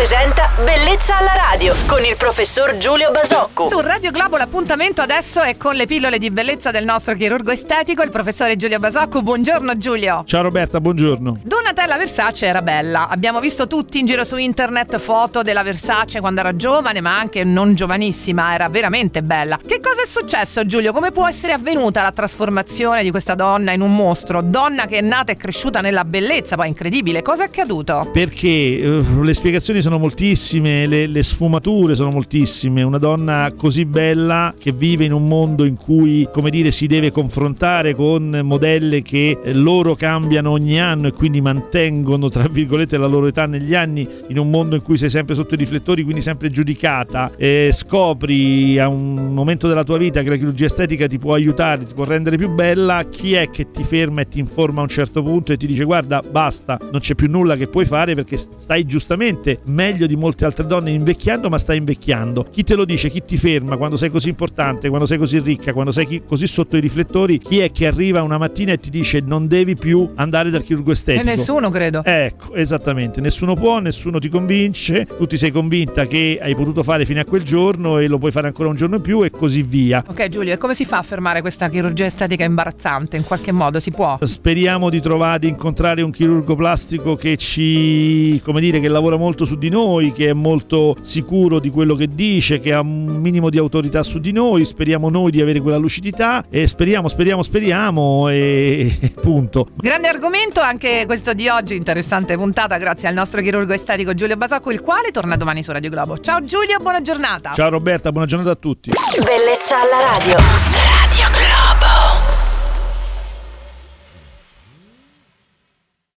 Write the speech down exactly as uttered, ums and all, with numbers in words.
presenta Bellezza alla radio con il professor Giulio Basocco. Su Radio Globo l'appuntamento adesso è con le pillole di bellezza del nostro chirurgo estetico, il professore Giulio Basocco. Buongiorno Giulio. Ciao Roberta, buongiorno. Donatella Versace era bella. Abbiamo visto tutti in giro su internet foto della Versace quando era giovane, ma anche non giovanissima, era veramente bella. Che cosa è successo, Giulio? Come può essere avvenuta la trasformazione di questa donna in un mostro? Donna che è nata e cresciuta nella bellezza, poi incredibile. Cosa è accaduto? Perché uh, le spiegazioni sono moltissime, le, le sfumature sono moltissime. Una donna così bella che vive in un mondo in cui, come dire, si deve confrontare con modelle che eh, loro cambiano ogni anno e quindi mantengono, tra virgolette, la loro età negli anni, in un mondo in cui sei sempre sotto i riflettori, quindi sempre giudicata. E scopri a un momento della tua vita che la chirurgia estetica ti può aiutare, ti può rendere più bella. Chi è che ti ferma e ti informa a un certo punto e ti dice: guarda, basta, non c'è più nulla che puoi fare perché stai giustamente meglio di molte altre donne invecchiando, ma stai invecchiando. Chi te lo dice? Chi ti ferma quando sei così importante, quando sei così ricca, quando sei chi, così sotto i riflettori? Chi è che arriva una mattina e ti dice: non devi più andare dal chirurgo estetico? E nessuno, credo. Ecco, esattamente, nessuno può, nessuno ti convince, tu ti sei convinta che hai potuto fare fino a quel giorno e lo puoi fare ancora un giorno in più e così via. Ok Giulio, e come si fa a fermare questa chirurgia estetica imbarazzante? In qualche modo si può? Speriamo di trovare, di incontrare un chirurgo plastico che ci, come dire, che lavora molto su di noi, che è molto sicuro di quello che dice, che ha un minimo di autorità su di noi. Speriamo noi di avere quella lucidità e speriamo, speriamo, speriamo e punto. Grande argomento anche questo di oggi, interessante puntata grazie al nostro chirurgo estetico Giulio Basocco, il quale torna domani su Radio Globo. Ciao Giulio, buona giornata. Ciao Roberta, buona giornata a tutti. Bellezza alla radio.